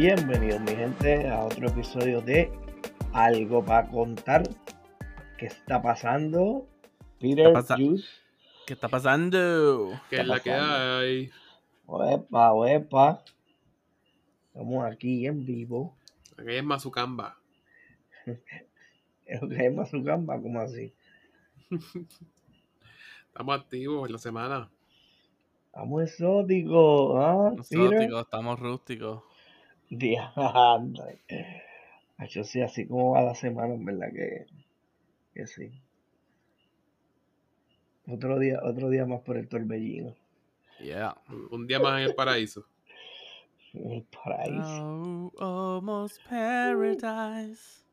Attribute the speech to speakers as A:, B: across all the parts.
A: Bienvenidos mi gente a otro episodio de Algo para contar. ¿Qué está pasando? Peter, Juice.
B: ¿Qué está pasando?
C: ¿Qué es la que hay?
A: Oepa. Estamos aquí en vivo.
C: Aquí es Mazucamba.
A: Lo que es Mazucamba, ¿cómo así?
C: Estamos activos en la semana.
A: Estamos exóticos, ¿ah? Peter.
B: Estamos rústicos.
A: Diablo. Yo sí, así como va la semana, en verdad que sí. Otro día más por el torbellino.
B: Yeah.
C: Un día más en el paraíso.
A: En el paraíso.
B: Oh, almost paradise.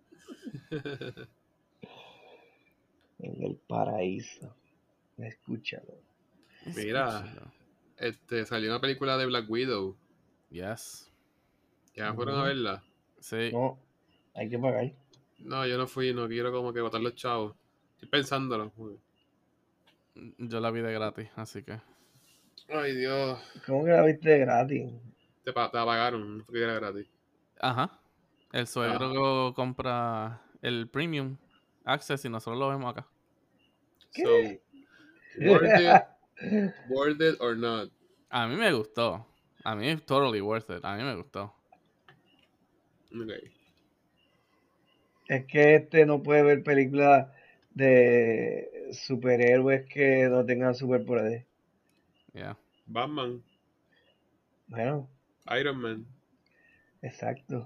A: En el paraíso. Escúchalo.
C: Mira, salió una película de Black Widow.
B: Yes.
C: ¿Ya fueron a verla?
B: Sí.
A: No, hay que pagar.
C: No, yo no fui, no quiero como que botar los chavos. Estoy pensándolo.
B: Yo la vi de gratis, así que.
C: Ay, Dios.
A: ¿Cómo que la viste gratis?
C: Te apagaron, no fue que era gratis.
B: Ajá. El suegro compra el premium access y nosotros lo vemos acá.
A: ¿Qué?
C: So, worth it or not?
B: A mí me gustó. A mí es totally worth it. A mí me gustó.
C: Okay.
A: Es que no puede ver películas de superhéroes que no tengan superpoderes.
B: Yeah.
C: Batman,
A: Bueno,
C: Iron Man.
A: exacto.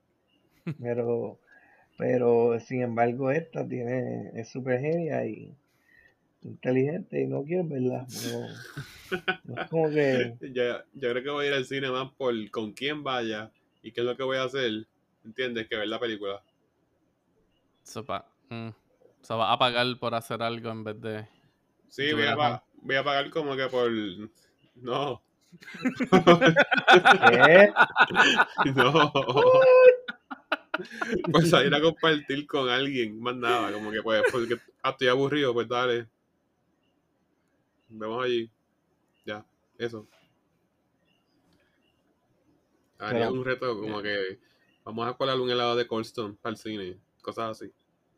A: Pero sin embargo esta es súper genia y inteligente y no quiero verla. No es como que...
C: Yo creo que voy a ir al cine más por con quién vaya y qué es lo que voy a hacer, ¿entiendes? Que ver la película.
B: So va a pagar por hacer algo en vez de
C: Sí,
B: do it at home.
C: voy a pagar como que por... No.
A: ¿Qué?
C: No. Pues a ir a compartir con alguien, más nada, como que pues, porque estoy aburrido, pues dale. Vemos allí. Ya, eso. Haría
A: Pero
C: un reto como que vamos a colar un helado de Cold Stone para el cine, cosas así.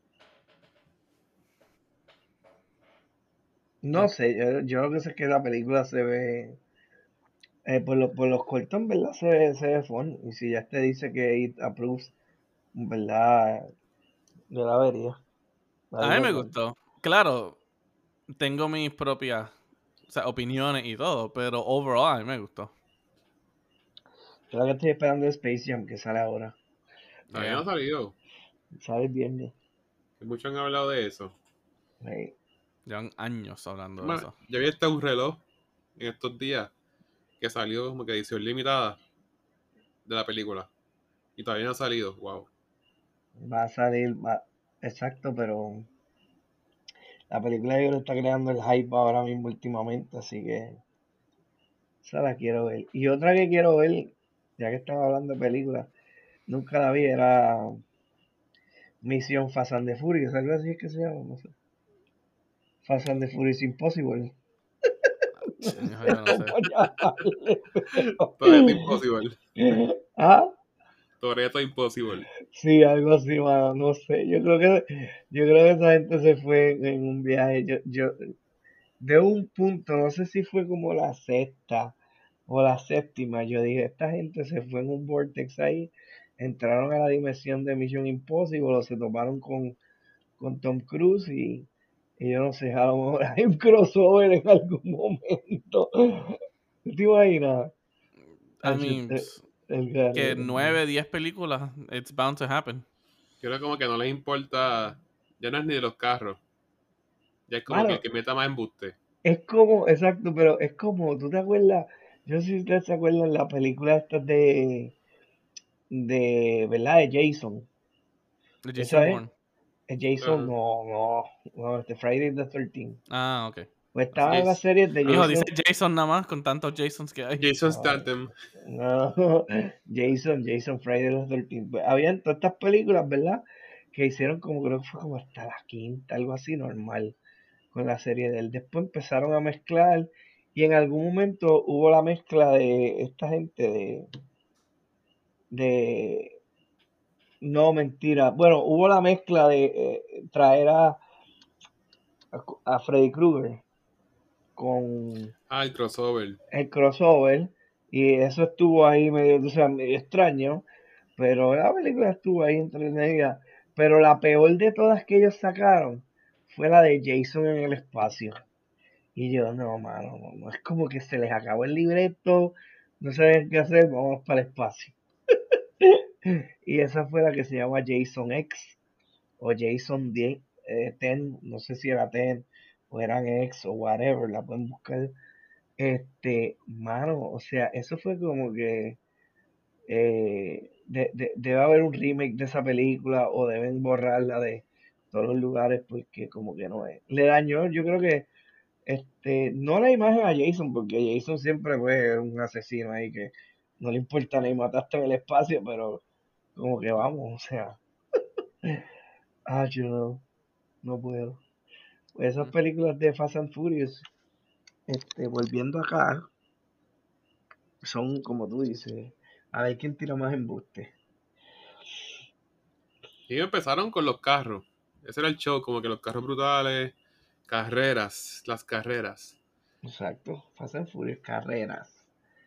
A: no sé, yo lo que sé es que la película se ve... por los cortos, ¿verdad? Se ve fun. Y si ya te dice que it approves, ¿verdad? Yo la vería.
B: A mí me gustó. Claro, tengo mis propias opiniones y todo, pero overall a mí me gustó.
A: Yo lo que estoy esperando es Space Jam, que sale ahora.
C: Todavía no ha salido.
A: Sale el viernes.
C: Muchos han hablado de eso.
A: Sí.
B: Llevan años hablando de
C: Bueno,
B: eso.
C: yo vi hasta un reloj en estos días que salió como que edición limitada de la película. Y todavía no ha salido. Wow.
A: Va a salir, exacto, pero la película yo creo que está creando el hype ahora mismo últimamente, así que esa la quiero ver. Y otra que quiero ver, ya que estamos hablando de películas, nunca la vi, era Misión Fast and the Furious, algo así es que se llama, no sé. Fast and the Furious Impossible. No sé
B: Yo no sé.
A: cómo llamarle,
C: Todavía está imposible.
A: ¿Ah?
C: Todavía está imposible.
A: Sí, algo así, mano, no sé. Yo creo que esa gente se fue en un viaje. De un punto, no sé si fue como la sexta o la séptima, yo dije, esta gente se fue en un vortex ahí, entraron a la dimensión de Mission Impossible o se toparon con Tom Cruise y yo no sé, a lo mejor hay un crossover en algún momento. ¿Te imaginas?
B: I mean,
A: El
B: que
A: garete.
B: 9, 10 películas, it's bound to happen.
C: Yo creo como que no les importa. Ya no es ni de los carros. Ya es como que
A: Mano,
C: el que meta más embuste.
A: es como, exacto, pero es como, ¿tú te acuerdas? Yo no sé si ustedes se acuerdan la película esta ¿verdad? De Jason.
B: The Jason
A: Esa es,
B: Bourne.
A: Jason,
C: Ajá.
A: no, Friday the 13th.
B: Ah, ok.
A: Pues
B: Así.
A: estaba en la serie de
B: Hijo, dice
A: Jason,
B: Jason nada más con tantos Jasons que hay.
C: Jason Statham.
A: no, Jason Friday the 13th. Pues, habían todas estas películas, ¿verdad? Que hicieron como, creo que fue como hasta la quinta, algo así normal, con la serie de él. Después empezaron a mezclar y en algún momento hubo la mezcla de esta gente de, no, mentira. Bueno, hubo la mezcla de traer a Freddy Krueger con
C: El crossover.
A: el crossover y eso estuvo ahí medio, o sea, medio extraño, pero la película estuvo ahí entretenida. Pero la peor de todas que ellos sacaron fue la de Jason en el espacio. Y yo, no, mano, no, es como que se les acabó el libreto, no saben qué hacer, vamos para el espacio. Y esa fue la que se llama Jason X o Jason 10, 10, no sé si era 10 o eran X o whatever, la pueden buscar. Mano, o sea, eso fue como que debe haber un remake de esa película o deben borrarla de todos los lugares porque como que no es. Le dañó, yo creo que no la imagen a Jason, porque Jason siempre fue un asesino ahí que no le importa ni mataste en el espacio, pero como que vamos, o sea, yo no puedo. Esas películas de Fast and Furious, volviendo acá, son como tú dices, a ver quién tira más embuste.
C: Y empezaron con los carros. Ese era el show, como que los carros brutales, carreras, las carreras.
A: Exacto, Fast and Furious, carreras.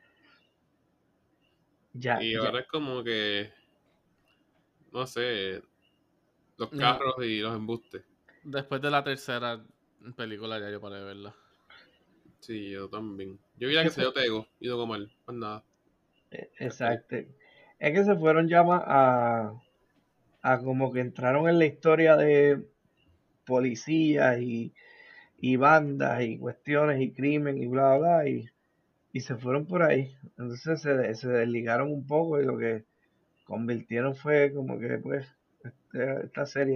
A: Ya,
C: Y
A: ya.
C: ahora es como que, no sé, los
B: No,
C: carros y los embustes.
B: después de la tercera película ya yo paré de verla.
C: Sí, yo también. Yo vi
A: Es
C: la
A: que
C: que salió Tego y no como él, más nada.
A: exacto. Es que se fueron ya más a como que entraron en la historia de policías y bandas y cuestiones y crimen y bla, bla, y se fueron por ahí. Entonces se desligaron un poco y lo que convirtieron fue como que pues esta serie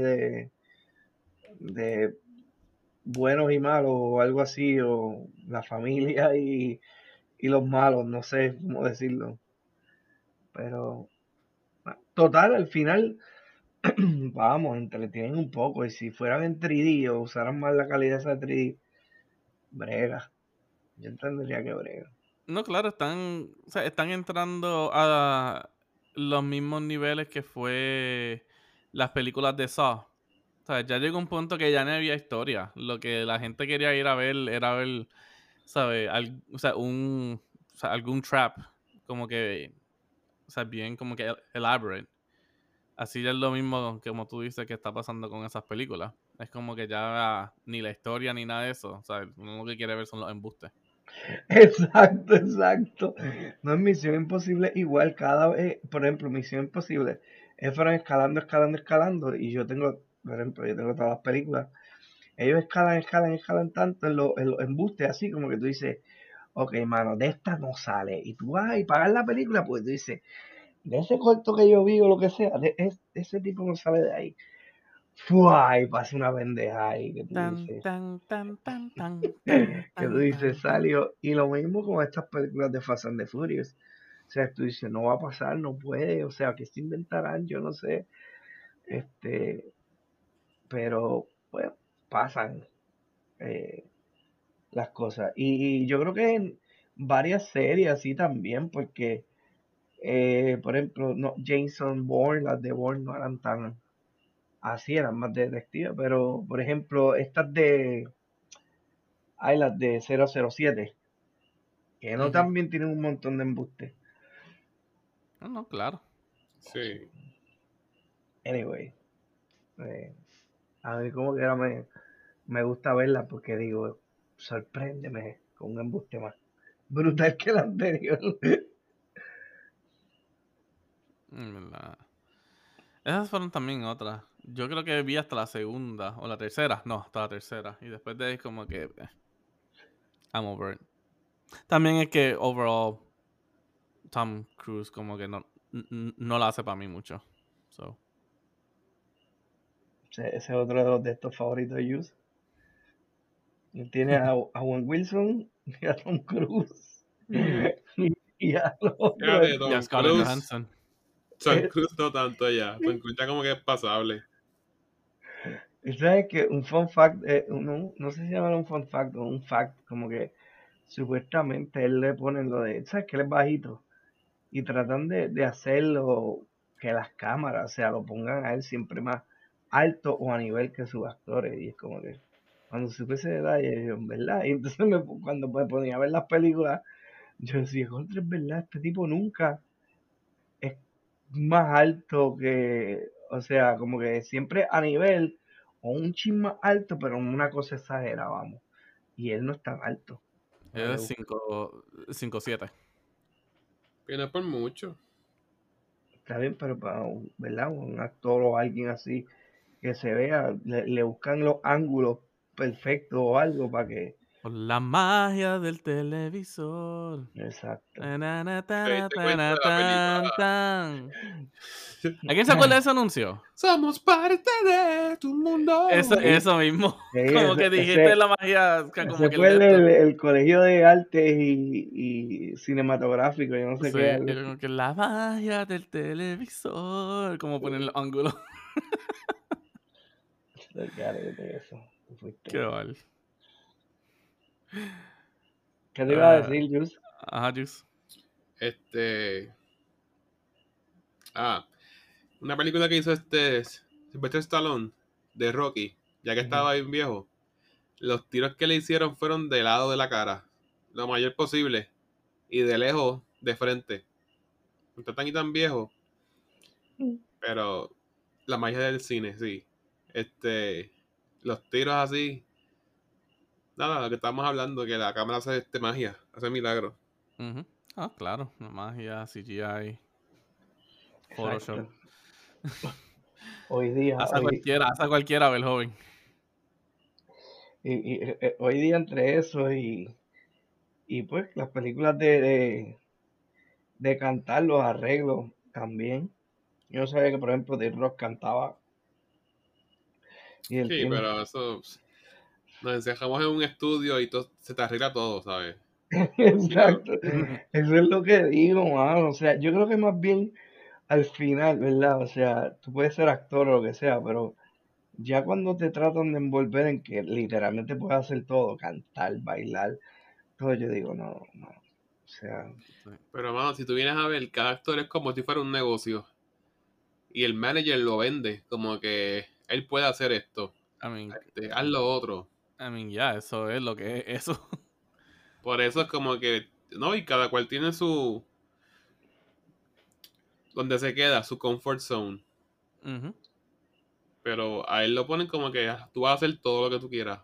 A: de buenos y malos o algo así, o la familia y los malos, no sé cómo decirlo. Pero total, al final, vamos, entretienen un poco. Y si fueran en 3D o usaran más la calidad esa de 3D, brega. Yo entendería que brega.
B: No, claro, o sea, están entrando a los mismos niveles que fue las películas de Saw. O sea, ya llegó un punto que ya no había historia. Lo que la gente quería ir a ver era ver, ¿sabes? O sea, algún trap, como que, o sea, bien como que elaborate. Así ya es lo mismo que como tú dices que está pasando con esas películas. Es como que ya ni la historia ni nada de eso. O sea, uno lo que quiere ver son los embustes.
A: Exacto, exacto. No es Misión Imposible igual cada vez, por ejemplo, Misión Imposible, fueron escalando, escalando, escalando, y yo tengo, por ejemplo, yo tengo todas las películas, ellos escalan, escalan, escalan tanto en los embustes, así como que tú dices, ok, mano, de esta no sale, y tú vas y pagas la película, pues tú dices, de ese corto que yo vi o lo que sea, ese tipo no sale de ahí. ¡Fua! Y pasa una pendeja ahí que tú
B: Tan,
A: dices,
B: tan, tan, tan, tan, tan,
A: que tú
B: tan,
A: dices,
B: tan, tan.
A: salió. Y lo mismo con estas películas de Fast and the Furious. O sea, tú dices, no va a pasar, no puede, o sea, que se inventarán, yo no sé. Este, pero, pues, pasan eh, las cosas. Y yo creo que en varias series así también, porque, por ejemplo, no, Jason Bourne, las de Bourne no eran tan así, eran más de detective, pero, por ejemplo, las de 007 que no
B: Ujú.
A: también tienen un montón de embustes.
B: No, no, claro.
C: Sí.
A: Anyway, eh, a mí como que ahora me gusta verla porque digo, sorpréndeme con un embuste más brutal que el anterior.
B: Esas fueron también otras. Yo creo que vi hasta la segunda o la tercera. No, hasta la tercera. Y después de ahí como que I'm over it. También es que overall Tom Cruise como que no la hace para mí mucho. So.
A: Ese es otro de estos favoritos de Yus. Él tiene a Owen Wilson y a Tom Cruise. Y a los otros.
C: Fíjate,
B: Y a
C: Tom
B: Scarlett
C: Cruise.
B: Johansson.
C: Tom Cruise no tanto ya. Tom Cruise ya como que es pasable.
A: ¿Sabes que un fun fact, no sé si llama un fun fact o un fact, como que supuestamente él le ponen lo de, ¿sabes que él es bajito? y tratan de hacerlo que las cámaras, o sea, lo pongan a él siempre más alto o a nivel que sus actores. Y es como que cuando supe ese detalle, yo, ¿verdad? Y entonces cuando me ponía a ver las películas, yo decía, contra, es verdad, este tipo nunca es más alto que, o sea, como que siempre a nivel o un chin más alto, pero una cosa exagerada, vamos. Y él no es tan alto.
B: Es 5'7".
C: Que no es por mucho.
A: Está bien, pero para ¿verdad? Un actor o alguien así que se vea, le buscan los ángulos perfectos o algo para que.
B: Por la magia del televisor.
A: Exacto.
C: ¿Te diste cuenta de la película?
B: Tan. ¿A quién se acuerda de ese anuncio?
C: Somos parte de tu mundo.
B: Eso mismo.
A: Sí,
B: Como que dijiste la magia, como
A: ese
B: que
A: fue
B: el de esto.
A: el Colegio de Artes y Cinematográfico, yo no sé
B: Sí,
A: qué. Algo
B: como que la magia del televisor. Como poner los ángulos.
A: así. Carete, eso. Tú
B: Qué
A: fuiste.
B: mal.
A: ¿Qué te iba a
B: Ah,
A: decir, Jus?
B: ajá, Juice.
C: Una película que hizo Sylvester Stallone de Rocky, ya que estaba bien viejo. Los tiros que le hicieron fueron de lado de la cara, lo mayor posible, y de lejos, de frente. No está tan y tan viejo, pero la magia del cine, sí. Los tiros así, nada, lo que estamos hablando, que la cámara hace magia, hace milagros.
B: Ujú. Ah, claro. La magia, CGI, Photoshop.
A: Exacto. Hoy día,
B: Hace cualquiera, el joven.
A: hoy día entre eso y pues las películas de cantar, los arreglos también. Yo no sabía que, por ejemplo, The Rock cantaba y él
C: Sí,
A: tiene.
C: pero eso, nos encejamos en un estudio y se te arregla todo, ¿sabes? Claro.
A: Exacto. Eso es lo que digo, mano. O sea, yo creo que más bien al final, ¿verdad? O sea, tú puedes ser actor o lo que sea, pero ya cuando te tratan de envolver en que literalmente puedes hacer todo, cantar, bailar, todo, yo digo, no, no. O sea,
C: Pero, mano, si tú vienes a ver, cada actor es como si fuera un negocio. Y el manager lo vende, como que él puede hacer esto,
B: I mean,
C: haz lo otro.
B: ya, eso es lo que es eso.
C: Por eso es como que, no, y cada cual tiene donde se queda, su comfort zone.
B: Ujú.
C: Pero a él lo ponen como que tú vas a hacer todo lo que tú quieras.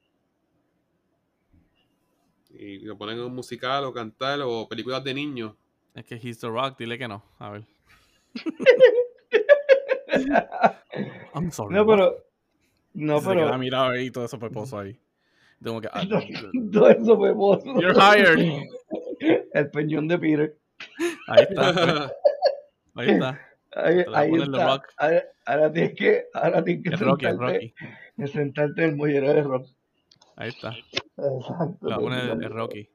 C: Y lo ponen en un musical o cantar o películas de niños.
B: Es que He's the Rock, dile que no. A ver. I'm sorry,
A: no,
B: what?
A: pero,
B: Y
A: no,
B: se queda
A: pero,
B: mirado ahí, todo eso peposo ahí. Tengo que.
A: todo eso fue vos.
B: You're hired.
A: El peñón de Peter.
B: Ahí está, pues. Ahí está.
A: Ahí,
B: Te lo voy a
A: ahí
B: poner The
A: está.
B: Rock.
A: Ahora tienes que
B: Es Rocky, es
A: sentarte,
B: Rocky.
A: en el mollero de rock.
B: Ahí está.
A: Exacto.
B: Te lo voy a poner es Rocky.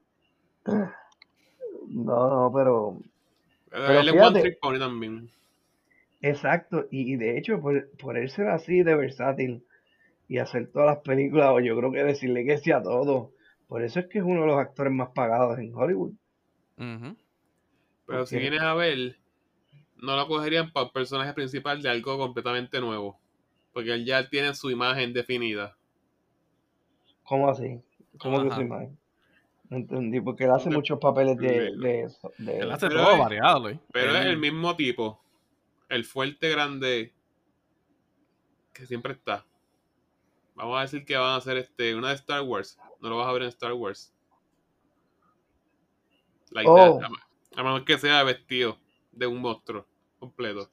A: No, no, pero
C: Él es One
A: fíjate,
C: Trick Pony también.
A: exacto. Y de hecho, por él ser así de versátil y hacer todas las películas, o yo creo que decirle que sí a todo. Por eso es que es uno de los actores más pagados en Hollywood.
B: Ujú.
C: Pero si
A: Porque,
C: vienes a ver, no lo cogerían para el personaje principal de algo completamente nuevo. Porque él ya tiene su imagen definida.
A: ¿cómo así? ¿Cómo que su
B: Ajá.
A: imagen? No entendí, porque él hace
C: ¿Cómo te
A: muchos papeles
C: explico?
A: de eso.
B: Él
A: De,
B: hace
C: Pero
B: todo
C: es,
B: variado, Luis.
C: pero es el mismo tipo. El fuerte grande que siempre está. Vamos a decir que van a hacer una de Star Wars. No lo vas a ver en Star Wars. Like that.
A: oh,
C: A menos que sea vestido de un monstruo completo.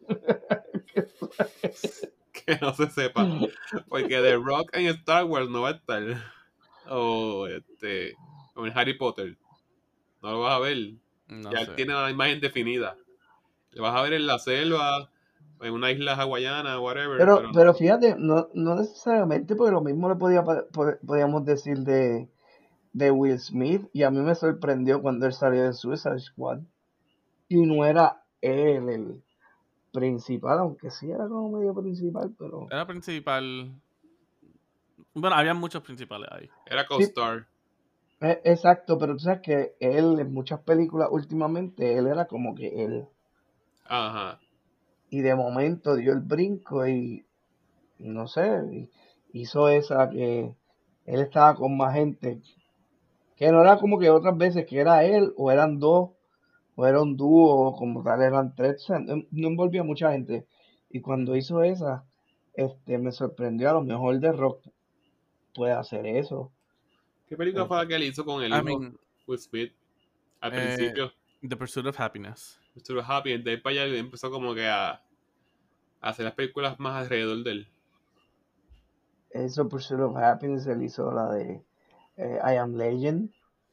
C: Que no se sepa. Porque The Rock en Star Wars no va a estar. O o en Harry Potter. No lo vas a ver.
B: No
C: Ya él
B: sé.
C: tiene la imagen definida. Lo vas a ver en la selva, en una isla hawaiana, whatever, pero no.
A: pero fíjate, no, no necesariamente, porque lo mismo le podíamos decir de Will Smith, y a mí me sorprendió cuando él salió de Suicide Squad, y no era él el principal, aunque sí era como medio principal, pero
B: Era principal. Bueno, había muchos principales ahí.
C: Era
A: sí,
C: co-star.
A: Exacto, pero tú sabes que él en muchas películas últimamente, él era como que él.
C: Ajá.
A: Y de momento dio el brinco y no sé, hizo esa que él estaba con más gente. Que no era como que otras veces que era él, o eran dos, o era un dúo, o como tal eran tres. O sea, no envolvía mucha gente. Y cuando hizo esa, me sorprendió. A lo mejor The Rock puede hacer eso.
C: ¿Qué película fue la que él hizo con el
B: I
C: hijo?
B: mean,
C: Will Smith. Al
B: eh,
C: principio.
B: The Pursuit of Happiness.
C: Estuvo happy. De ahí para allá empezó como que a hacer las películas más alrededor de él.
A: Eso Pursuit of Happiness, él hizo la de I Am Legend.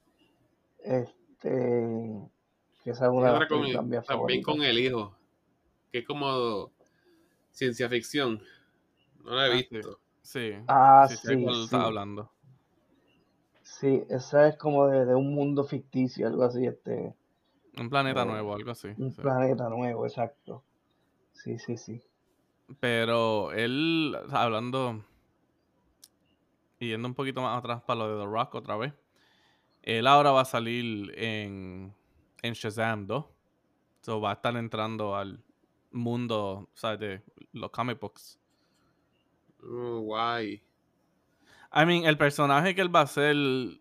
A: Que esa es
C: Y
A: una de las
C: otra
A: películas mías
C: también
A: favoritas.
C: con el hijo. Que es como ciencia ficción. No la he
B: Ah, sí.
C: visto.
B: Sí,
A: Ah,
B: sí, sé de
A: sí,
B: cuál estás
A: sí.
B: hablando.
A: Sí, esa es como de un mundo ficticio, algo así,
B: Un planeta
A: eh,
B: nuevo, algo así.
A: un
B: Sí.
A: planeta nuevo, exacto. Sí, sí, sí.
B: Pero él, o sea, hablando y yendo un poquito más atrás para lo de The Rock otra vez, él ahora va a salir en Shazam 2. So va a estar entrando al mundo, ¿sabes? De los comic books.
C: Oh, guay.
B: I mean, el personaje que él va a ser,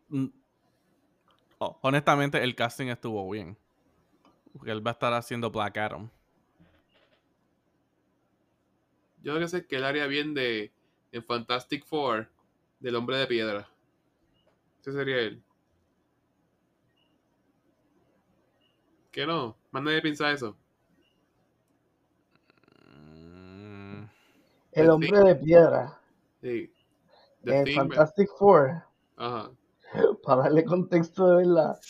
B: honestamente, el casting estuvo bien. Porque él va a estar haciendo Black Adam.
C: Yo creo que sé que él haría bien en Fantastic Four del Hombre de Piedra. Ese sería él. ¿Qué no? Más nadie piensa eso.
B: Mm,
A: El
C: The
A: hombre
C: Thing.
A: de piedra
C: Sí. The
A: en
C: Thing.
A: Fantastic Four,
C: Ajá.
A: para darle contexto de verdad.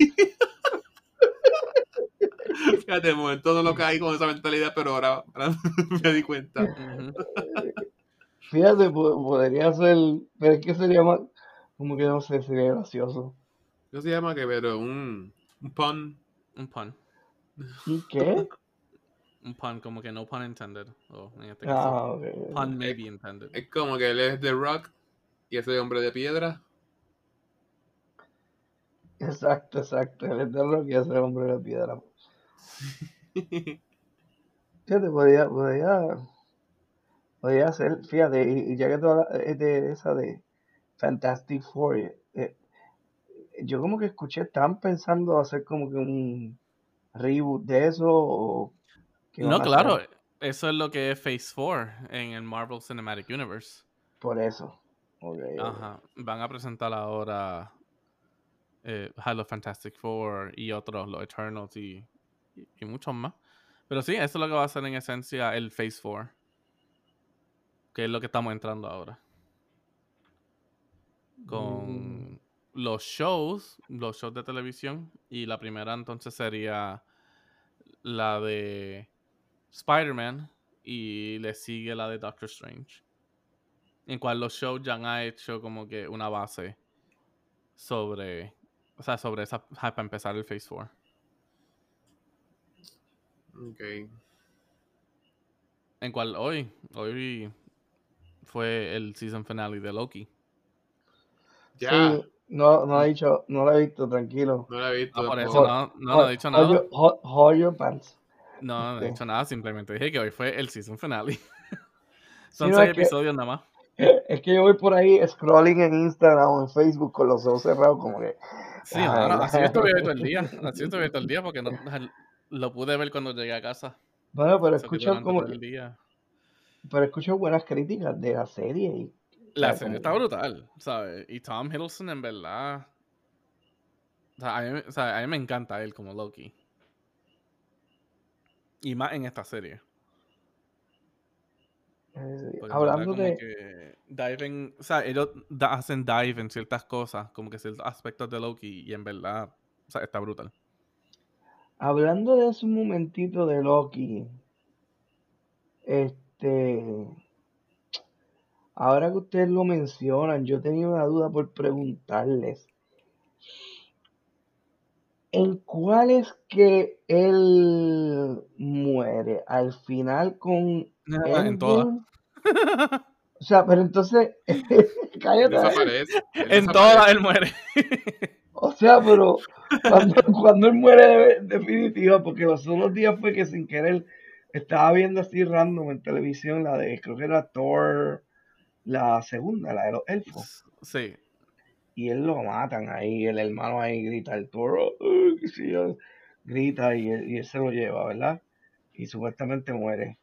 C: Fíjate, de momento no lo caí con esa mentalidad, pero ahora me di cuenta.
B: ujú.
A: Fíjate, podría ser, pero es que sería más, como que no sé, sería gracioso.
C: ¿Cómo se llama? Que pero un pun.
B: Un pun.
A: ¿Y qué?
B: Un pun, como que no pun intended. O en este caso,
A: Ah, ok.
B: pun may
C: Es,
B: be intended.
C: es como que él es The Rock y ese Hombre de Piedra.
A: Exacto, exacto. Él es de Rock y ese hombre de piedra. Fíjate, podría ser, fíjate, y ya que tú hablas de esa de Fantastic Four, yo como que escuché, estaban pensando hacer como que un reboot de eso o que van
B: No,
A: a hacer
B: claro. Eso es lo que es Phase 4 en el Marvel Cinematic Universe.
A: por eso. Ok, ok.
B: Ajá. Van a presentar ahora Halo Fantastic Four y otros, los Eternals y muchos más. Pero sí, eso es lo que va a ser en esencia el Phase 4, que es lo que estamos entrando ahora.
A: Mm,
B: Con los shows de televisión. Y la primera entonces sería la de Spider-Man y le sigue la de Doctor Strange. En cual los shows ya han hecho como que una base sobre, o sea, sobre esa, para empezar el Phase 4.
C: Ok.
B: En cual hoy fue el season finale de Loki.
C: Ya.
A: sí, no
B: Mm.
A: ha dicho, no lo he visto, tranquilo.
C: No la he visto
B: No, por eso
C: tampoco.
B: no he dicho nada.
A: Hold your pants.
B: No he dicho nada, simplemente dije que hoy fue el season finale.
A: Sí,
B: Son
A: no,
B: 6 episodios nada más.
A: es que yo voy por ahí scrolling en Instagram o en Facebook con los ojos cerrados, como que,
B: Sí,
A: déjame
B: mano, así yo estuve hoy
A: ver.
B: todo el día. Así yo estuve hoy todo el día porque lo pude ver cuando llegué a casa.
A: Bueno,
B: O sea que durante todo el día.
A: pero escucho buenas críticas de la serie y, o
B: La
A: sea,
B: serie
A: como
B: está
A: que,
B: brutal, ¿sabes? Y Tom Hiddleston en verdad. O sea, a mí me encanta él como Loki. Y más en esta serie. Porque en verdad
A: hablando
B: como
A: de,
B: que diven, o sea, ellos hacen dive en ciertas cosas, como que ciertos aspectos de Loki y en verdad, o sea, está brutal.
A: hablando de ese momentito de Loki, este, ahora que ustedes lo mencionan, yo tenía una duda por preguntarles. ¿En cuál es que él muere? ¿Al final con
B: En todas.
A: Endgame O sea, pero entonces, cállate.
C: Desaparece. Él
B: En
C: desaparece.
B: todas él muere.
A: O sea, pero cuando él muere definitiva, porque los otros días fue que sin querer estaba viendo así random en televisión la de, creo que era Thor, la segunda, la de los elfos.
B: Sí.
A: Y él lo matan ahí, el hermano ahí grita, el toro, qué sé yo, grita y él se lo lleva, ¿verdad? Y supuestamente muere.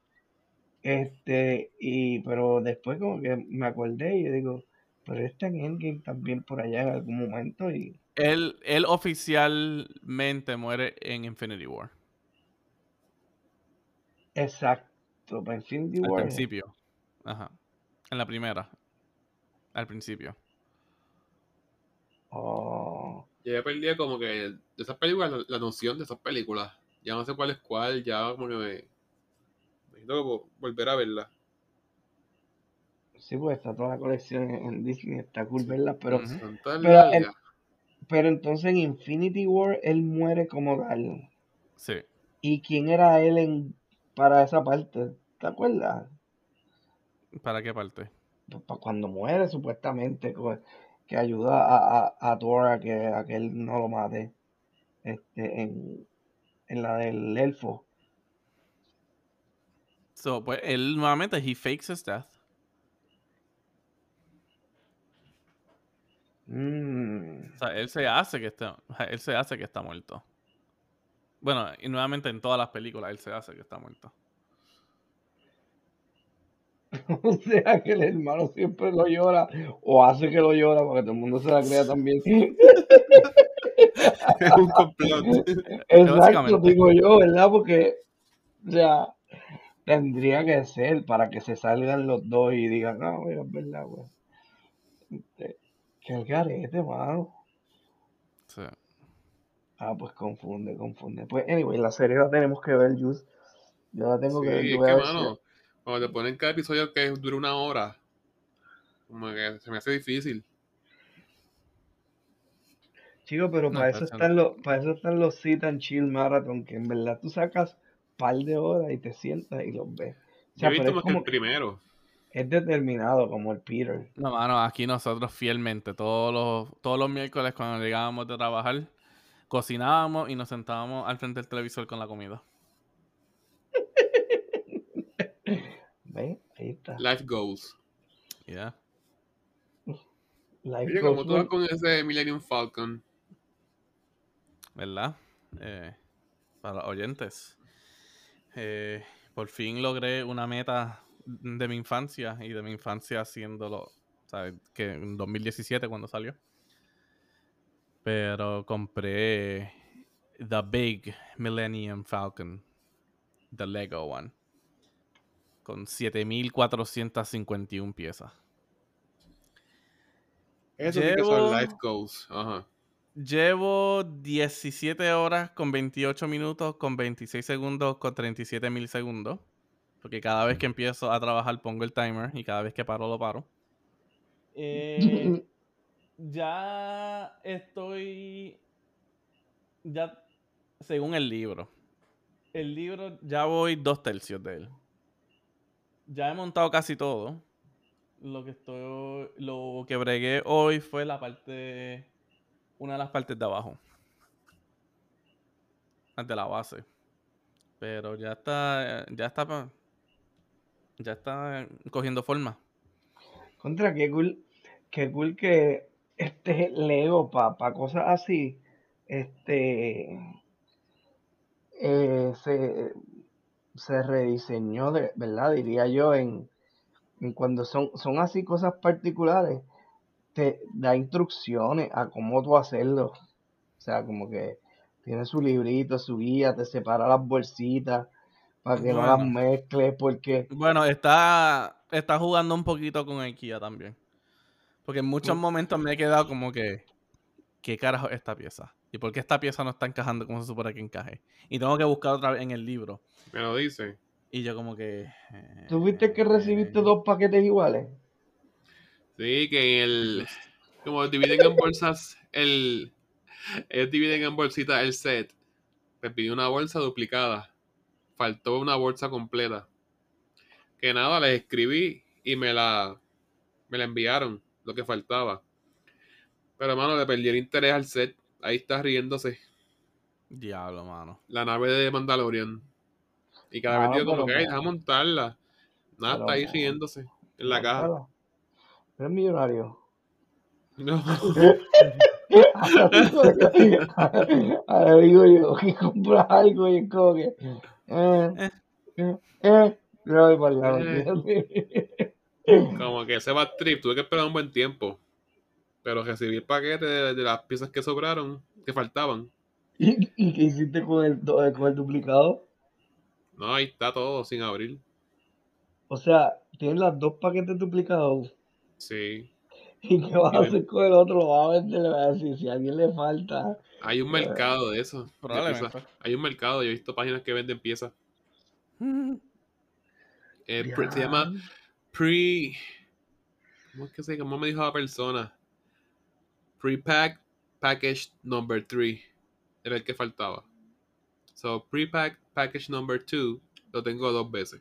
A: Pero después como que me acordé y yo digo, pero está en Endgame también por allá en algún momento y
B: Él oficialmente muere en Infinity War.
A: exacto, para Infinity
B: Al
A: War.
B: principio. Ajá. En la primera. Al principio.
A: Oh,
C: Yo ya perdí como que de esas películas, la noción de esas películas. Ya no sé cuál es cuál, ya como que me necesito como volver a verla.
A: sí, pues está toda la colección en Disney, está cool
C: Sí.
A: verla, pero,
B: Ujú.
C: Son tan
A: pero,
C: largas.
A: pero entonces en Infinity War él muere como tal.
B: Sí.
A: ¿Y quién era él para esa parte? ¿Te acuerdas?
B: ¿Para qué parte?
A: Cuando muere, supuestamente, que ayuda a Thor a que él no lo mate. En la del elfo.
B: So, pues él nuevamente, he fakes his death.
A: Mm.
B: O sea, él se hace que está muerto. Bueno, y nuevamente en todas las películas él se hace que está muerto.
A: O sea que el hermano siempre lo llora o hace que lo llora para que todo el mundo se la crea también.
C: Es un complot.
A: Exacto,
B: Básicamente.
A: digo yo, ¿verdad? Porque, o sea, tendría que ser para que se salgan los dos y digan, no, mira, es verdad, güey. Que el garete, mano.
B: Sí.
A: Ah, pues confunde. Pues, anyway, la serie la tenemos que ver, Jus. Yo la tengo que ver,
C: Sí,
A: yo
C: es
A: voy a
C: que,
A: ver si.
C: mano, cuando te ponen cada episodio que dura 1 hora, como que se me hace difícil.
A: Chico, pero
B: No,
A: para eso están los sit and chill marathon, que en verdad tú sacas par de horas y te sientas y los ves. O
C: Yo he
A: sea, pero
C: visto
A: es
C: más que el
A: como que
C: primero.
A: es determinado como el Peter.
B: no, mano, aquí nosotros fielmente, todos los miércoles cuando llegábamos de trabajar, cocinábamos y nos sentábamos al frente del televisor con la comida.
A: ¿Ves? Ahí está.
C: Life Goals.
B: Yeah.
A: Life
C: Oye,
A: goes
C: como tú vas
A: on.
C: con ese Millennium Falcon.
B: ¿Verdad? Para los oyentes. Por fin logré una meta de mi infancia y de mi infancia haciéndolo, ¿sabes? Que en 2017 cuando salió. Pero compré The Big Millennium Falcon, the Lego one, con 7,451 piezas.
C: Eso sí que son
B: Llevo,
C: Life Goals. Ajá.
B: llevo 17 horas con 28 minutos, con 26 segundos, con 37 milisegundos. Porque cada vez que empiezo a trabajar pongo el timer y cada vez que paro lo paro. Ya estoy, ya según el libro ya voy 2/3 de él. Ya he montado casi todo. Lo que bregué hoy fue una de las partes de abajo, las de la base. Pero ya está cogiendo forma.
A: Contra, qué cool que este Lego para cosas así, este, se rediseñó ¿verdad? Diría yo, en cuando son así cosas particulares, te da instrucciones a cómo tú hacerlo. O sea, como que tiene su librito, su guía, te separa las bolsitas para que no las
B: Bueno,
A: mezcles, porque
B: bueno, está jugando un poquito con IKEA también. Porque en muchos momentos me he quedado como que, ¿qué carajo es esta pieza? ¿Y por qué esta pieza no está encajando como se supone que encaje? Y tengo que buscar otra vez en el libro.
C: Me lo dice.
B: Y yo como que...
A: tuviste que recibiste 2 paquetes iguales.
C: Sí, que como dividen en bolsas ellos dividen en bolsitas el set. Me pidió una bolsa duplicada. Faltó una bolsa completa. Que nada, les escribí y Me la enviaron, lo que faltaba. Pero, mano, le perdí el interés al set. Ahí está riéndose.
B: Diablo, mano.
C: La nave de Mandalorian. Y cada vez
A: Mano,
C: digo como
A: pero
C: que, ay, deja montarla. Nada, está ahí riéndose en la caja.
A: montala. Eres millonario.
C: No.
A: Ahora digo yo que compras algo y es como que no voy para allá, ¿entiendes?
C: Como que ese bad trip, tuve que esperar un buen tiempo. Pero recibí el paquete de las piezas que sobraron, que faltaban.
A: ¿Y qué hiciste con el duplicado?
C: No, ahí está todo sin abrir.
A: O sea, tienes las dos paquetes duplicados.
C: Sí.
A: ¿Y qué vas a
C: Tienen-
A: hacer con el otro? Lo vas a vender, le vas a decir, si a alguien le falta.
C: Hay un mercado de eso, de piezas.
B: Probablemente.
C: Hay un mercado, yo he visto páginas que venden piezas. Se
A: Ya.
C: llama Pre... ¿Cómo es que se llama? ¿Cómo me dijo la persona? Pre-pack package number 3. Era el que faltaba. So, pre-pack package number 2 lo tengo 2 veces.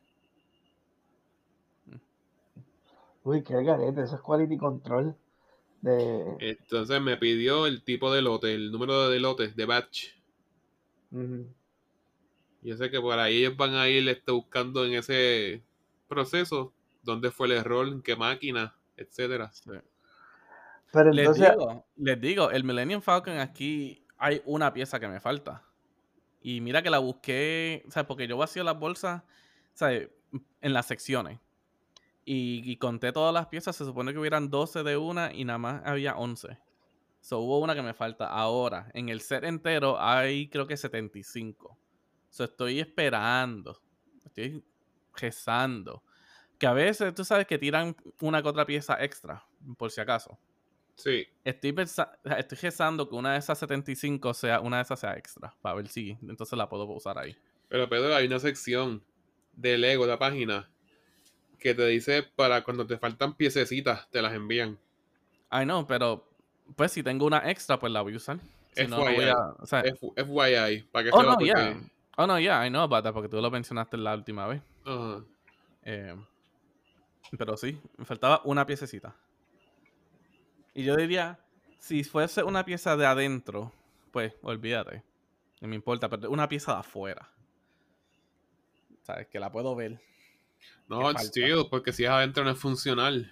A: Uy, qué garete, eso es quality control.
C: Entonces me pidió el tipo de lote, el número de lotes, de batch.
A: Ujú.
C: Yo sé que por ahí ellos van a ir buscando en ese proceso dónde fue el error, en qué máquina, etcétera.
B: Sí.
A: Pero entonces,
B: Les digo, el Millennium Falcon aquí hay una pieza que me falta. Y mira que la busqué, ¿sabes? Porque yo vacío las bolsas, ¿sabes? En las secciones. Y conté todas las piezas, se supone que hubieran 12 de una y nada más había 11. So, hubo una que me falta. Ahora, en el set entero hay creo que 75. So, estoy esperando. Estoy rezando. Que a veces tú sabes que tiran una que otra pieza extra, por si acaso.
C: Sí,
B: Estoy rezando que una de esas 75 una de esas sea extra. Para ver si entonces la puedo usar ahí.
C: pero Pedro, hay una sección de Lego, la página, que te dice para cuando te faltan piececitas, te las envían.
B: Ay, no, pero pues si tengo una extra, pues la voy a usar. Si no, no voy a.
C: FYI.
B: O sea,
C: FYI, para que
B: oh
C: sepa
B: no, yeah.
C: porque...
B: Oh no, yeah, I know about that, porque tú lo mencionaste la última vez.
C: Ajá.
B: Eh, pero sí, me faltaba una piececita. Y yo diría, si fuese una pieza de adentro, pues olvídate. No me importa, pero una pieza de afuera. ¿Sabes? Que la puedo ver. Que
C: No,
B: falta.
C: still, porque si es adentro no es funcional.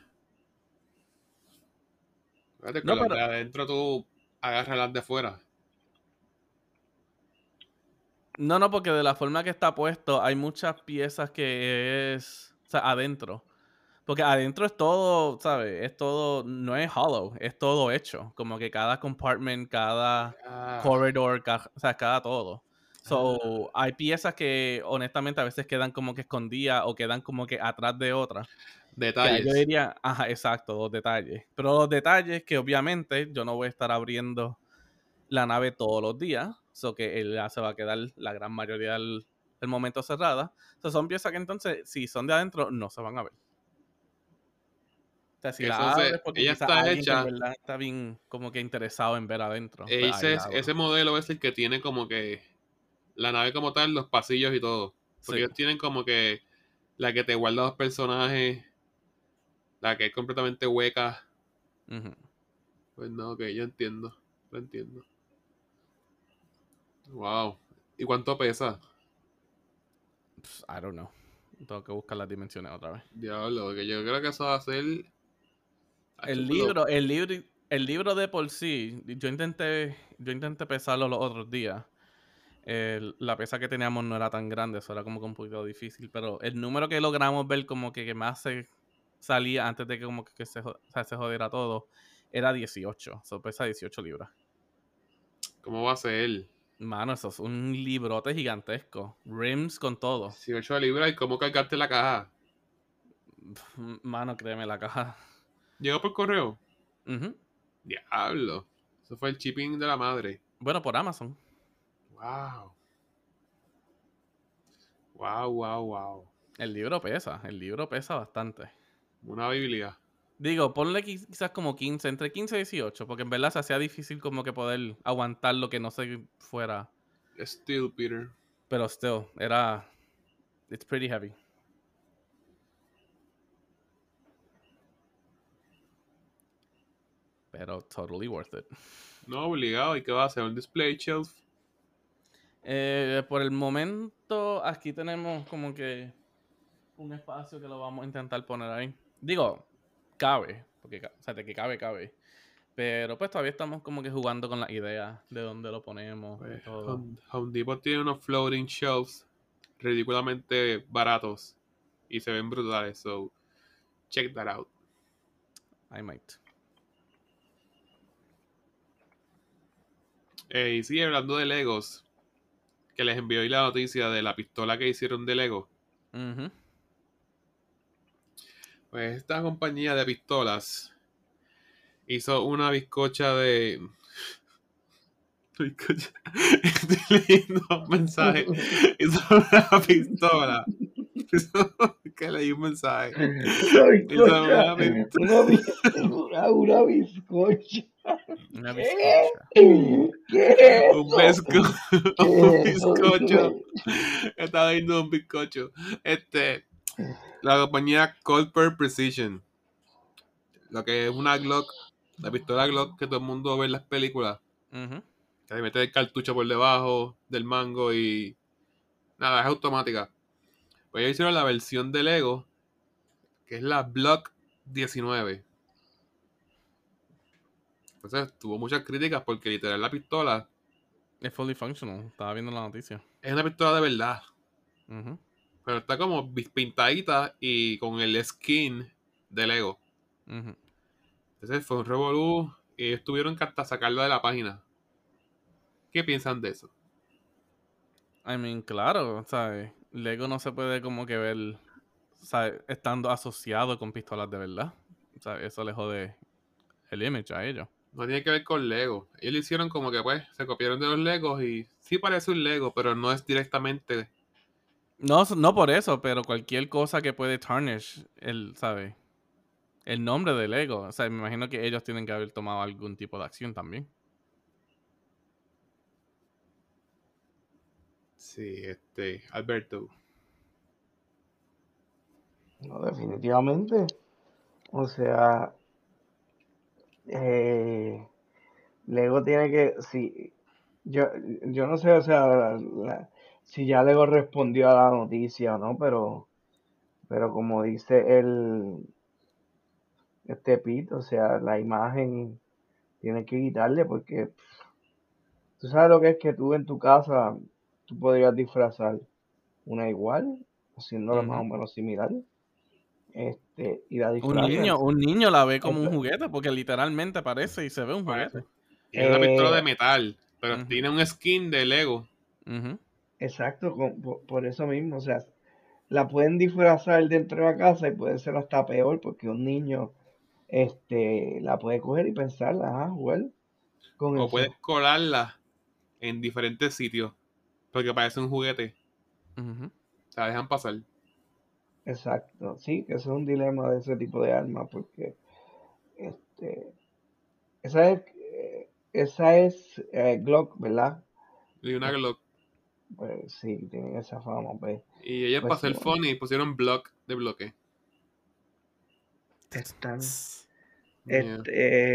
C: Fíjate, con
B: No,
C: las
B: pero.
C: de adentro tú agarras las de afuera.
B: No, no, porque de la forma que está puesto, hay muchas piezas que es. O sea, adentro. Porque adentro es todo, ¿sabes? Es todo. No es hollow, es todo hecho. Como que cada compartment, cada
C: Ah,
B: corridor, o sea, cada todo.
C: ah,
B: So, hay piezas que honestamente a veces quedan como que escondidas o quedan como que atrás de otras. Que ahí yo
C: detalles.
B: diría, ajá, exacto, los detalles. Pero los detalles que obviamente yo no voy a estar abriendo la nave todos los días, so que él ya se va a quedar la gran mayoría del momento cerrada. So, son piezas que entonces, si son de adentro, no se van a ver. O sea, si la
C: Entonces,
B: abres porque
C: ella
B: quizás
C: está
B: alguien que en
C: hecha.
B: verdad está bien como que interesado en ver adentro, pues ahí
C: Ese,
B: la abro.
C: ese modelo es el que tiene como que la nave como tal, los pasillos y todo. Porque
B: Sí.
C: ellos tienen como que la que te guarda los personajes, la que es completamente hueca.
B: Ujú.
C: Pues no, ok, yo entiendo. Lo entiendo. Wow. ¿Y cuánto pesa?
B: I don't know. Tengo que buscar las dimensiones otra vez.
C: Diablo, que yo creo que eso va a ser. Hacho,
B: El
C: por lo-
B: libro, el libro, el libro de por sí, yo intenté pesarlo los otros días. La pesa que teníamos no era tan grande, eso era como que un poquito difícil, pero el número que logramos ver como que más se salía antes de que como que o sea, se jodiera todo, era 18, eso pesa 18 libras.
C: ¿Cómo va a ser?
B: Mano, eso es un librote gigantesco, rims con todo.
C: 18 libras y cómo cargaste la caja.
B: Mano, créeme, la caja.
C: ¿Llegó por correo?
B: Ujú.
C: Diablo. Eso fue el shipping de la madre.
B: Bueno, por Amazon.
C: Wow. Wow, wow, wow.
B: El libro pesa bastante.
C: Una Biblia.
B: Digo, ponle quizás como 15, entre 15 y 18, porque en verdad se hacía difícil como que poder aguantar lo que no se fuera.
C: Still, Peter.
B: Pero still, it's pretty heavy. pero totally worth it.
C: No, obligado. ¿Y qué va a hacer? ¿Un display shelf?
B: Por el momento, aquí tenemos como que un espacio que lo vamos a intentar poner ahí. Digo, cabe, porque o sea, de que cabe. Pero pues todavía estamos como que jugando con las ideas de dónde lo ponemos y
C: Pues,
B: todo.
C: Home Depot tiene unos floating shelves ridículamente baratos y se ven brutales. So, check that out.
B: I might.
C: Y sigue hablando de Legos, que les envió hoy la noticia de la pistola que hicieron de Lego.
B: Ujú.
C: Pues esta compañía de pistolas hizo una bizcocha de... Estoy leyendo un mensaje. Hizo una pistola. Que leí un mensaje.
A: Una
C: Hizo
A: bizcocha,
C: una pistola.
A: una bizcocha.
B: Una
A: ¿Qué?
B: bizcocha.
A: ¿Qué es
C: Un
A: eso?
C: un
A: ¿Qué es eso?
C: bizcocho. Estaba viendo un bizcocho. La compañía Colper Precision. Lo que es una Glock. La pistola Glock que todo el mundo ve en las películas.
B: Ujú.
C: Que le mete el cartucho por debajo del mango y... Nada, es automática. Pues ellos hicieron la versión de Lego, que es la Block 19. Entonces tuvo muchas críticas porque literal la pistola
B: Es fully functional. Estaba viendo la noticia.
C: es una pistola de verdad.
B: Ujú.
C: Pero está como pintadita y con el skin de Lego.
B: Ujú.
C: Entonces fue un revolú y ellos tuvieron que hasta sacarla de la página. ¿Qué piensan de eso?
B: I mean, claro, ¿sabes? Lego no se puede como que ver, ¿sabes? Estando asociado con pistolas de verdad. O sea, eso le jode el image a ellos.
C: No tiene que ver con Lego. Ellos lo hicieron como que pues se copiaron de los Legos y sí parece un Lego, pero no es directamente.
B: No, no por eso, pero cualquier cosa que puede tarnish el, ¿sabes? El nombre de Lego. O sea, me imagino que ellos tienen que haber tomado algún tipo de acción también.
C: Sí, Alberto.
A: No, definitivamente. O sea, Lego tiene que, si, yo, yo no sé, o sea, si ya Lego respondió a la noticia o no, pero como dice Pete, o sea, la imagen tiene que quitarle porque tú sabes lo que es que tú en tu casa, tú podrías disfrazar una igual, haciéndola más
B: Ujú.
A: o menos similar, y la disfrazas.
B: Un niño la ve como un
A: Esto-
B: juguete porque literalmente parece y se ve un
C: Por
B: juguete.
C: eso. Y es una pistola de
A: eh,
C: metal, pero
B: Ujú.
C: tiene un skin de Lego.
B: Ujú.
A: exacto, por eso mismo, o sea, la pueden disfrazar dentro de la casa y puede ser hasta peor porque un niño la puede coger y pensarla, jugar con
C: O puedes
A: eso.
C: colarla en diferentes sitios. Porque parece un juguete.
B: Ujú.
C: La dejan pasar.
A: Exacto, sí, que eso es un dilema de ese tipo de armas porque este, esa es, Glock, ¿verdad?
C: Y una
A: Es-
C: Glock.
A: Pues sí, tienen esa fama, pues,
C: Y ellos para
A: pues
C: hacer
A: bueno,
C: funny pusieron block de bloque.
A: están,
C: Yeah.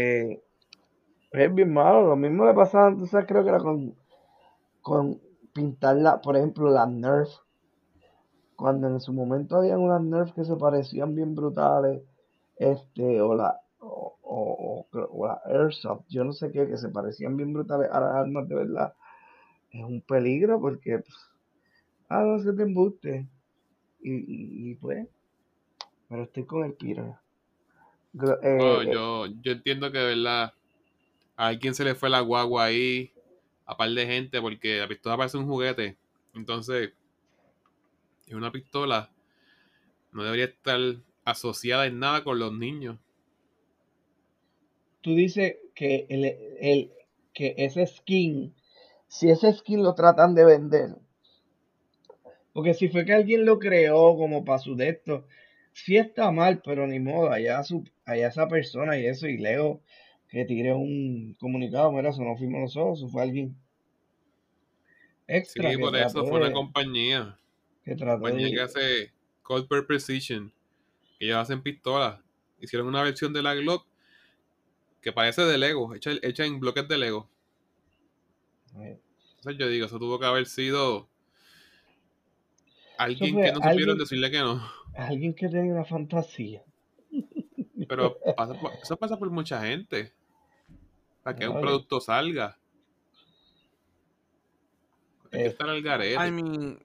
A: es bien malo, lo mismo le pasaba, entonces creo que era con pintarla, por ejemplo, las Nerf. Cuando en su momento habían unas Nerf que se parecían bien brutales, o la Airsoft, yo no sé qué, que se parecían bien brutales a las armas de verdad, es un peligro porque, pues, no se te embuste. Pues, pero estoy con el Peter. Gro-
C: Bueno,
A: eh, eh,
C: yo entiendo que de verdad a alguien se le fue la guagua ahí a par de gente porque la pistola parece un juguete. Entonces, es una pistola. No debería estar asociada en nada con los niños.
A: Tú dices que que ese skin, si ese skin lo tratan de vender, porque si fue que alguien lo creó como para su de esto, sí está mal, pero ni modo, allá esa persona y eso, y Leo que tire un comunicado, mira, eso no fuimos nosotros, eso fue alguien extra
C: Sí, por eso fue una compañía.
A: que trató
C: Compañía que
A: de,
C: hace Colbert Precision. Que ellos hacen pistolas. Hicieron una versión de la Glock que parece de Lego, hecha en bloques de Lego.
A: Eh,
C: Entonces yo digo, eso tuvo que haber sido
A: Eso
C: alguien
A: fue
C: que no supieron decirle que no.
A: alguien que tenía una fantasía.
C: Pero eso pasa por mucha gente. Para que un
A: Oye,
C: producto salga, hay que
A: eh,
C: estar al
B: I
C: garete.
B: mean,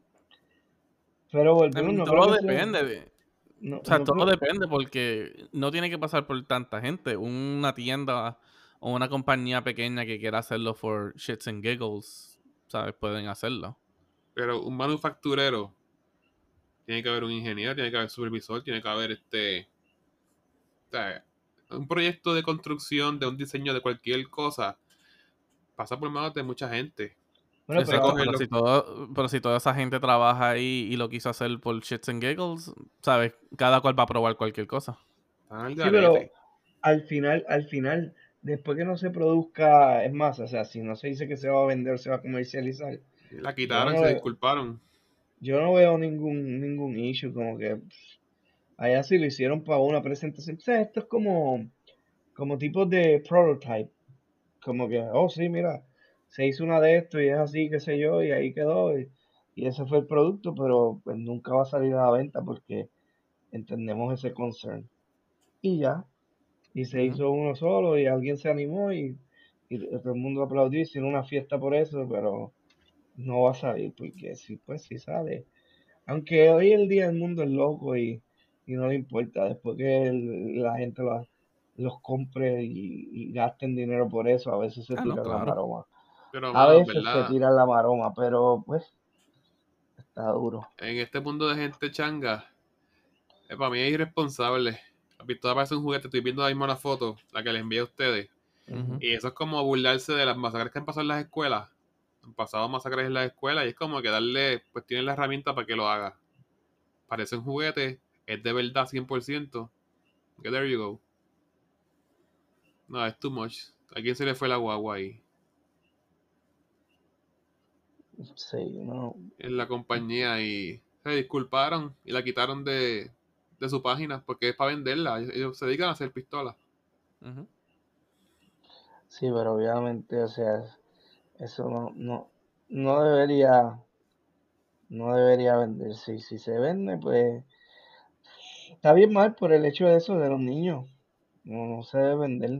A: no creo
B: todo
A: que sea,
B: depende
A: no,
B: o sea,
A: no
B: todo
A: creo,
B: depende porque no tiene que pasar por tanta gente. Una tienda o una compañía pequeña que quiera hacerlo for shits and giggles, ¿sabes? Pueden hacerlo.
C: Pero un manufacturero, tiene que haber un ingeniero, tiene que haber supervisor, tiene que haber o sea, un proyecto de construcción, de un diseño de cualquier cosa, pasa por manos de mucha gente.
A: bueno,
C: Hay que
B: Exacto,
C: cogerlo.
B: pero si toda esa gente trabaja ahí y lo quiso hacer por shits and giggles, ¿sabes? Cada cual va a probar cualquier cosa.
C: Están al
A: sí, pero
C: garete.
A: al final, después que no se produzca, es más, o sea, si no se dice que se va a vender, se va a comercializar,
C: La
A: yo
C: quitaron y
A: no,
C: se disculparon.
A: yo no veo ningún issue, como que allá sí lo hicieron para una presentación. O sea, esto es como tipos de prototype, como que, oh sí, mira, se hizo una de esto y es así, qué sé yo, y ahí quedó, y ese fue el producto, pero pues nunca va a salir a la venta porque entendemos ese concern. Y ya, y se
B: Ujú.
A: hizo uno solo y alguien se animó y todo el mundo aplaudió, hicieron una fiesta por eso, pero no va a salir porque sí, pues sí sale. Aunque hoy el día el mundo es loco y no le importa, después que la gente los compre y gasten dinero por eso, a veces se
B: Ah, no,
A: tiran la
B: claro.
A: maroma.
C: Pero,
A: A
C: mano, en
A: veces se
C: verdad,
A: tiran la maroma, pero pues está duro.
C: en este mundo de gente changa, para mí es irresponsable. La pistola parece un juguete. Estoy viendo ahora mismo la foto, la que les envié a ustedes.
A: Ujú.
B: Ujú.
C: Y eso es como burlarse de las masacres que han pasado en las escuelas. Han pasado masacres en las escuelas y es como que darle, pues tienen la herramienta para que lo haga. Parece un juguete, es de verdad 100%. Que there you go. No, es too much. ¿A quién se le fue la guagua ahí?
A: Sí, no.
C: En la compañía y se disculparon y la quitaron de su página porque es para venderla. Ellos se dedican a hacer pistolas.
B: Ujú.
A: Sí, pero obviamente, o sea, eso no debería, no debería venderse. Y si se vende, pues está bien mal por el hecho de eso de los niños. No se debe vender.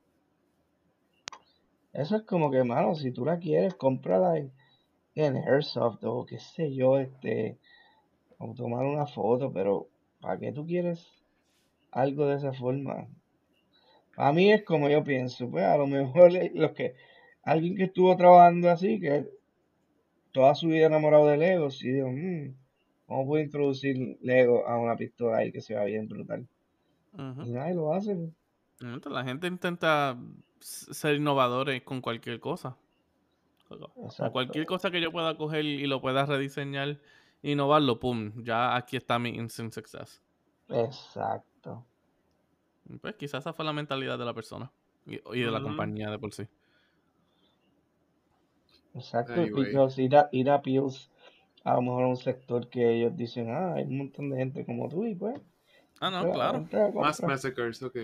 A: Eso es como que, mano, si tú la quieres, cómprala en Airsoft o qué sé yo, o tomar una foto, pero ¿para qué tú quieres algo de esa forma? A mí es como yo pienso, pues a lo mejor alguien que estuvo trabajando así, que toda su vida enamorado de Legos, y dijo, ¿cómo puedo introducir Lego a una pistola ahí que se va bien brutal?
B: Ujú.
A: Y nadie lo hace.
B: Entonces, la gente intenta ser innovadores con cualquier cosa. Con
A: Exacto,
B: cualquier cosa que yo pueda coger y lo pueda rediseñar, innovarlo, pum, ya aquí está mi instant success.
A: exacto,
B: Y pues quizás esa fue la mentalidad de la persona y de la
C: Ujú.
B: compañía de por sí.
A: exacto.
C: Anyway.
A: Because it appeals a lo mejor a un sector que ellos dicen, hay un montón de gente como tú y pues,
B: Ah, no, claro.
A: entra a
C: Mass
A: comprar.
C: massacres, ok.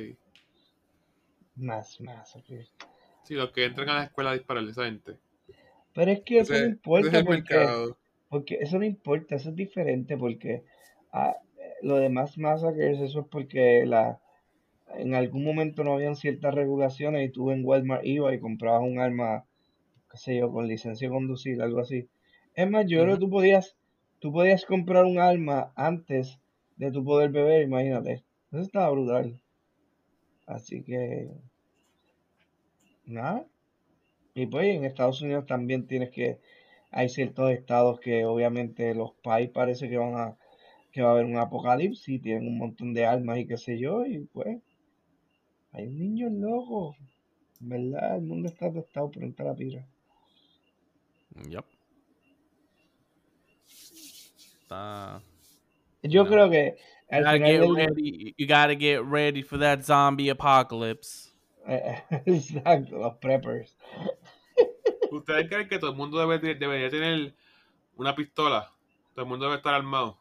A: Más, ok.
C: Sí, los que entran a la escuela a disparar esa gente.
A: Pero es que eso no
C: Ese es
A: importa
C: el mercado.
A: porque eso no importa, eso es diferente porque lo de más masa que es eso es porque en algún momento no habían ciertas regulaciones y tú en Walmart ibas y comprabas un arma, qué sé yo, con licencia de conducir, algo así. Es más, yo creo
B: Ujú.
A: que tú podías comprar un arma antes de tu poder beber, imagínate. Eso estaba brutal. Así que, nada. Y pues en Estados Unidos también hay ciertos estados que obviamente los países parece que va a haber un apocalipsis y tienen un montón de armas y qué sé yo, y pues hay niños locos, ¿verdad? El mundo está tostado por entrar a la pira.
B: Yep. Está, you
A: Yo
B: know.
A: creo que
B: You
A: al
B: gotta
A: final
B: get
A: del día,
B: ready. You gotta get ready for that zombie apocalypse.
A: exacto, los preppers.
C: ¿Ustedes creen que todo el mundo debería tener una pistola? Todo el mundo debe estar armado.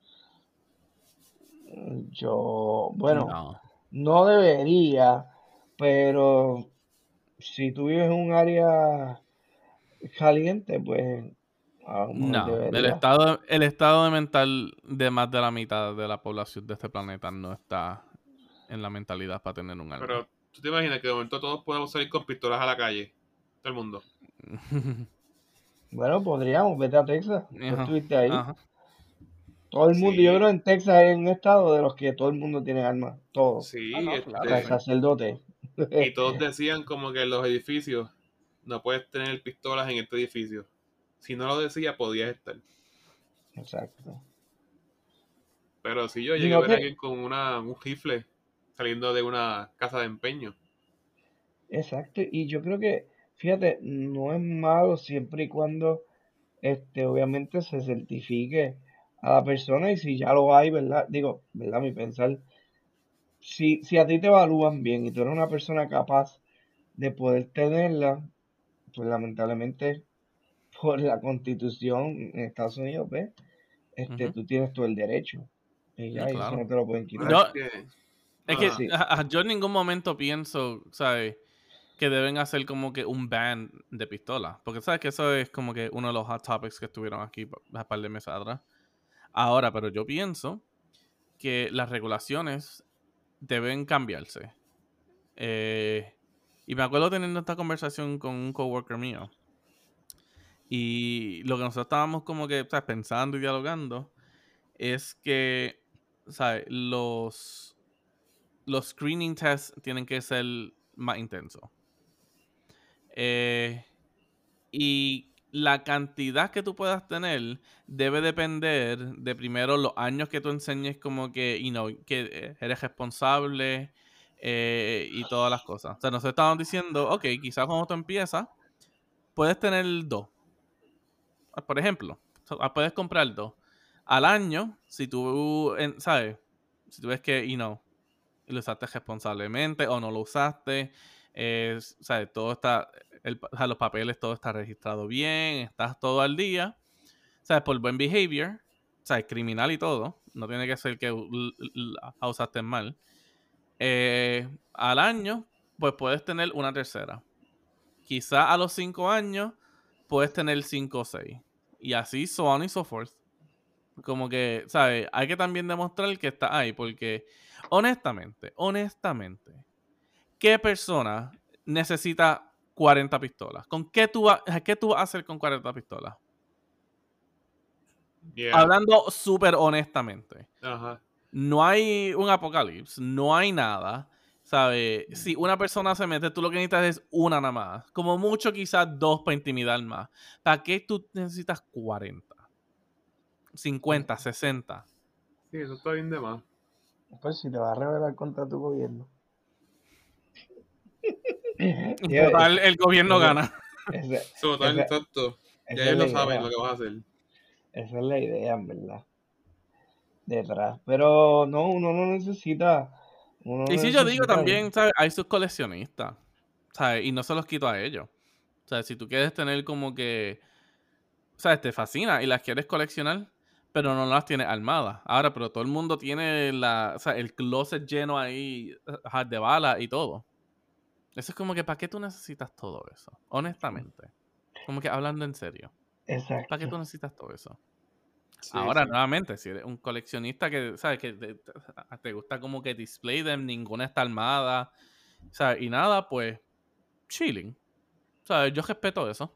A: Bueno,
B: No.
A: no debería, pero si tú vives en un área caliente, pues a lo mejor
B: No,
A: debería.
B: el estado de mental de más de la mitad de la población de este planeta no está en la mentalidad para tener un arma.
C: Pero tú te imaginas que de momento todos podemos salir con pistolas a la calle. Todo el mundo.
A: Bueno, podríamos, vete a Texas, tú
B: Ajá,
A: estuviste ahí.
B: ajá.
A: Todo el mundo, yo
C: Sí,
A: creo en Texas es un estado de los que todo el mundo tiene armas, todo,
B: Ah,
C: sí,
B: no, claro,
A: hasta el
B: sí.
A: sacerdote.
C: y todos decían como que en los edificios no puedes tener pistolas en este edificio. Si no lo decía, podías estar.
A: Exacto.
C: Pero si yo llegué a
A: Sino
C: ver a
A: que,
C: alguien con un rifle saliendo de una casa de empeño.
A: exacto, y yo creo que, fíjate, no es malo siempre y cuando, obviamente se certifique a la persona y si ya lo hay, ¿verdad? Digo, ¿verdad? Mi pensar, si a ti te evalúan bien y tú eres una persona capaz de poder tenerla, pues lamentablemente por la constitución en Estados Unidos, ¿ves?
B: Ujú.
A: Tú tienes todo el derecho. Y
B: No,
A: ya, y eso
B: claro.
A: no te lo pueden
C: Pero
A: quitar.
C: es
B: Yo,
C: que.
B: es que
C: Ajá.
A: Sí,
B: yo en ningún momento pienso, ¿sabes? Que deben hacer como que un ban de pistolas. Porque sabes que eso es como que uno de los hot topics que estuvieron aquí un par de meses atrás. Ahora, pero yo pienso que las regulaciones deben cambiarse. Eh, y me acuerdo teniendo esta conversación con un coworker mío. Y lo que nosotros estábamos como que ¿sabes? Pensando y dialogando es que ¿sabes? Los screening tests tienen que ser más intensos. Eh, y la cantidad que tú puedas tener debe depender de primero los años que tú enseñes como que, que eres responsable y todas las cosas. O sea, nosotros estábamos diciendo, ok, quizás cuando tú empiezas, puedes tener dos. Por ejemplo, puedes comprar dos. Al año, si tú, ¿sabes? Si tú ves que, y lo usaste responsablemente o no lo usaste, ¿sabes? Todo está, o sea, los papeles, todo está registrado bien, estás todo al día, ¿sabes? Por buen behavior, ¿sabes? Criminal y todo, no tiene que ser que la usaste mal. Al año, pues puedes tener una tercera. Quizá a los 5 años puedes tener 5 o 6. Y así, so on y so forth. Como que, ¿sabes? Hay que también demostrar que está ahí, porque honestamente, ¿qué persona necesita 40 pistolas? ¿Qué tú vas a hacer con 40 pistolas?
C: Yeah.
B: Hablando súper honestamente.
C: Ajá.
B: No hay un apocalipsis, no hay nada. ¿Sabes? Si una persona se mete, tú lo que necesitas es una nada más. Como mucho, quizás dos para intimidar más. ¿Para qué tú necesitas 40? 50, 60.
C: Sí, eso está bien de más.
A: pues si te vas a rebelar contra tu gobierno.
B: En
A: Tío,
B: total, el gobierno
A: esa,
B: gana.
A: esa,
C: Total,
A: esa,
C: exacto. Ya
A: esa es
C: ellos
A: la
C: lo saben lo
A: idea.
C: que vas a hacer.
A: Esa es la idea, en verdad. Detrás. Pero no, uno no necesita. Uno
B: Y
A: no
B: si yo digo
A: necesita ir.
B: también, ¿sabes? Hay sus coleccionistas, ¿sabes? Y no se los quito a ellos. O sea, si tú quieres tener como que, ¿sabes? Te fascina y las quieres coleccionar, pero no las tienes armadas. Ahora, pero todo el mundo tiene o sea, el closet lleno ahí de balas y todo. Eso es como que, ¿para qué tú necesitas todo eso? Honestamente. Como que hablando en serio. ¿Para qué
A: Exacto.
B: tú necesitas todo eso?
C: Sí,
B: Ahora,
C: sí.
B: nuevamente, si eres un coleccionista que, ¿sabes? Que te gusta como que display them, ninguna está armada, ¿sabes? Y nada, pues, chilling. ¿Sabes? Yo respeto eso.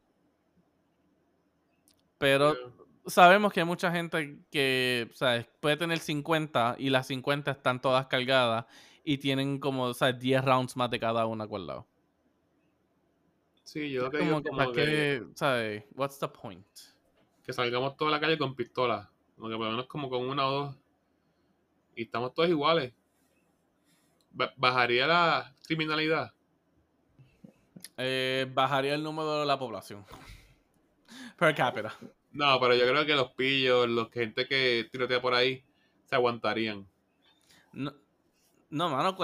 B: Pero
C: Yeah.
B: sabemos que hay mucha gente que, ¿sabes? Puede tener 50 y las 50 están todas cargadas y tienen como, ¿sabes? 10 rounds más de cada una al lado.
C: Sí, yo lo
B: Es
C: que digo es
B: como que, ¿para
C: como
B: qué? ¿Sabes? What's the point?
C: que salgamos toda la calle con pistolas. Como que por lo menos como con una o dos. Y estamos todos iguales. Bajaría la criminalidad.
B: Bajaría el número de la población. Per cápita.
C: No, pero yo creo que los pillos, los gente que tirotea por ahí, se aguantarían.
B: No, no mano,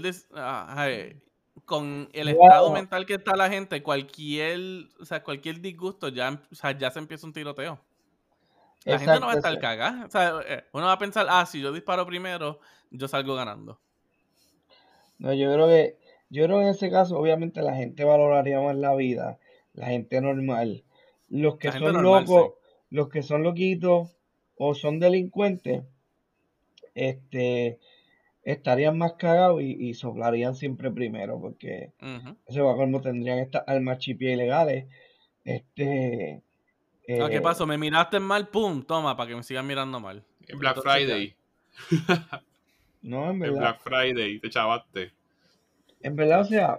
B: con el estado
A: Wow.
B: mental que está la gente, o sea, cualquier disgusto o sea, ya se empieza un tiroteo. La gente no va a
A: Exacto.
B: estar cagada. O sea, uno va a pensar, si yo disparo primero, yo salgo ganando.
A: No, yo creo que Yo creo que en ese caso, obviamente, la gente valoraría más la vida, la gente normal. Los que
B: La gente
A: son
B: normal, sí.
A: locos, los que son loquitos o son delincuentes, este, estarían más cagados y soplarían siempre primero, porque
B: Ujú.
A: ese va como tendrían estas armas chipie ilegales. Este,
B: ¿Qué
A: eh,
B: pasó? ¿Me miraste mal? ¡Pum! Toma, para que me sigan mirando mal.
C: En Black
B: Entonces ya.
C: Friday.
A: no,
C: En Black Friday, te chavaste.
A: o sea,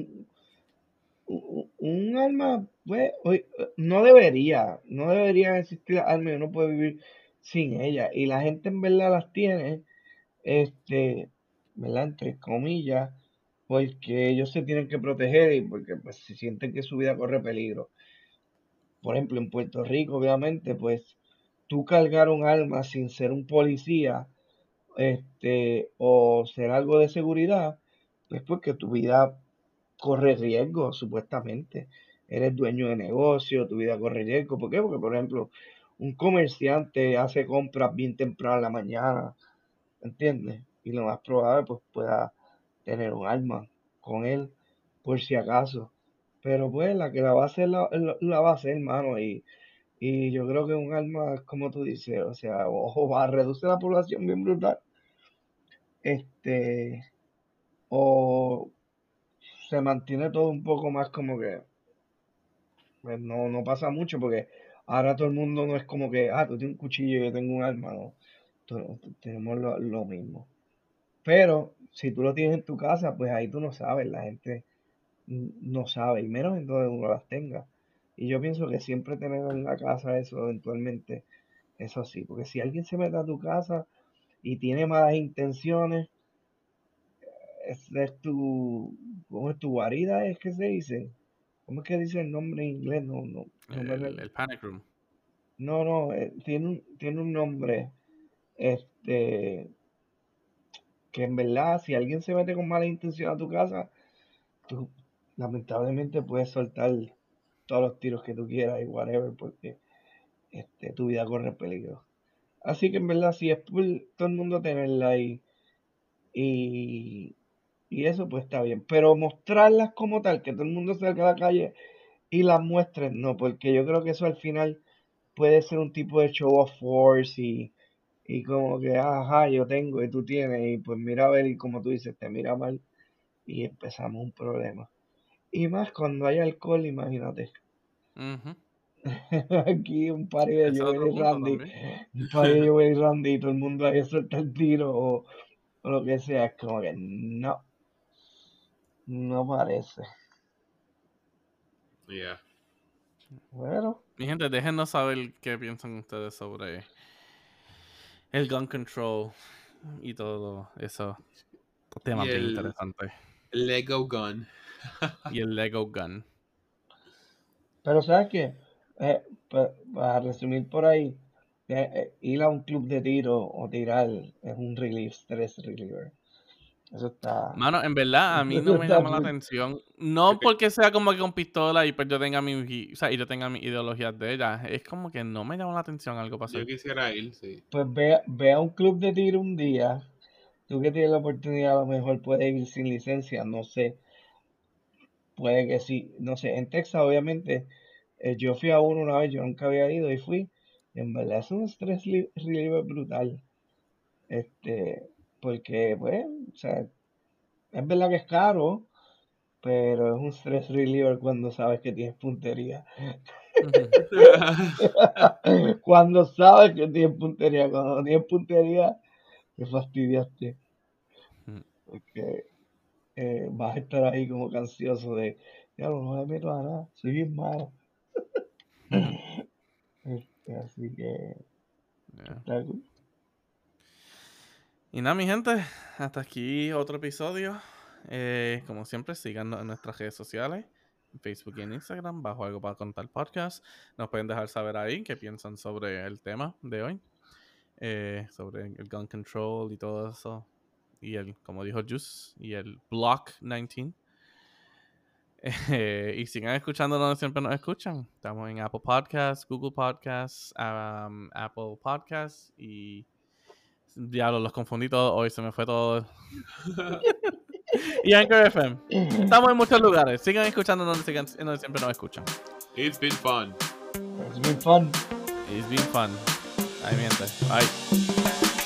A: un arma, pues, no debería existir las armas, y uno puede vivir sin ellas. Y la gente en verdad las tiene, ¿verdad? Entre comillas, porque ellos se tienen que proteger y porque pues se sienten que su vida corre peligro. Por ejemplo, en Puerto Rico, obviamente, pues tú cargar un arma sin ser un policía, o ser algo de seguridad, pues porque tu vida corre riesgo, supuestamente. Eres dueño de negocio, tu vida corre riesgo. ¿Por qué? Porque, por ejemplo, un comerciante hace compras bien temprano en la mañana, ¿entiendes? Y lo más probable, pues pueda tener un arma con él, por si acaso. Pero pues la que la va a hacer, la va a hacer, hermano. Y yo creo que un arma, como tú dices, o sea, ojo, va a reducir la población bien brutal. Este, o se mantiene todo un poco más como que pues no pasa mucho porque ahora todo el mundo no es como que, tú tienes un cuchillo y yo tengo un arma, no. Tenemos lo mismo. Pero si tú lo tienes en tu casa, pues ahí tú no sabes, la gente no sabe, y menos en donde uno las tenga. Y yo pienso que siempre tener en la casa eso eventualmente, eso sí, porque si alguien se mete a tu casa y tiene malas intenciones, es tu, ¿cómo es tu guarida? Es que se dice. ¿Cómo es que dice el nombre en inglés? No me
B: El Panic Room.
A: No, tiene un nombre, este, que en verdad, si alguien se mete con mala intención a tu casa, tú lamentablemente puedes soltar todos los tiros que tú quieras y whatever, porque tu vida corre peligro. Así que en verdad, si es por todo el mundo tenerla ahí y, y eso, pues está bien. Pero mostrarlas como tal, que todo el mundo salga a la calle y las muestren, no, porque yo creo que eso al final puede ser un tipo de show of force y como que, ajá, yo tengo y tú tienes, y pues mira a ver, y como tú dices, te mira mal y empezamos un problema. Y más cuando hay alcohol, imagínate.
B: Ujú.
A: Aquí un par de
B: Ese es
A: Joel
B: otro
A: y
B: punto
A: Randy,
B: también.
A: un par de Joel y Randy, y todo el mundo ahí suelta el tiro o lo que sea, es como que no parece.
C: Yeah.
A: Bueno,
B: Mi gente, déjenos saber qué piensan ustedes sobre el gun control y todo eso.
C: Y
B: Temas bien
C: el
B: interesantes.
C: Lego Gun.
B: Y el Lego Gun.
A: pero ¿sabes qué? Para resumir por ahí, ir a un club de tiro o tirar es un relief, stress reliever. Eso está,
B: Mano, en verdad, a mí no
A: eso
B: me
A: está
B: llama la
A: full.
B: atención.
C: Yo
B: No
C: que-
B: porque sea como que con pistola y pues yo tenga o sea, y yo tenga mis ideologías de ella. Es como que no me llama la atención algo
C: yo
B: pasar.
C: quisiera ir, sí.
A: Pues ve a un club de tiro un día. Tú que tienes la oportunidad, a lo mejor puedes ir sin licencia, no sé. Puede que sí, no sé. En Texas, obviamente, yo fui a uno una vez, yo nunca había ido y fui. Y en verdad es un stress reliever brutal. Este, porque, pues, o sea, es verdad que es caro, pero es un stress reliever cuando sabes que tienes puntería.
B: Ujú.
A: Cuando sabes que tienes puntería, cuando no tienes puntería, te fastidiaste. Porque vas a estar ahí como que ansioso de, ya no me meto a nada, soy bien malo. Así que
B: Yeah.
A: está cool.
B: Y nada, mi gente, hasta aquí otro episodio. Como siempre, síganos en nuestras redes sociales, en Facebook y en Instagram, bajo Algo para Contar Podcast. Nos pueden dejar saber ahí qué piensan sobre el tema de hoy, sobre el gun control y todo eso. Y como dijo Juice, y el Block 19. Y sigan escuchando donde siempre nos escuchan. Estamos en Apple Podcasts, Google Podcasts, Apple Podcasts y... Diablo, los confundí todos. Hoy se me fue todo. Y Anchor FM. Estamos en muchos lugares. Sigan escuchando donde siempre nos escuchan.
C: It's been fun.
A: It's been fun.
B: It's been fun. Ahí miente. Bye.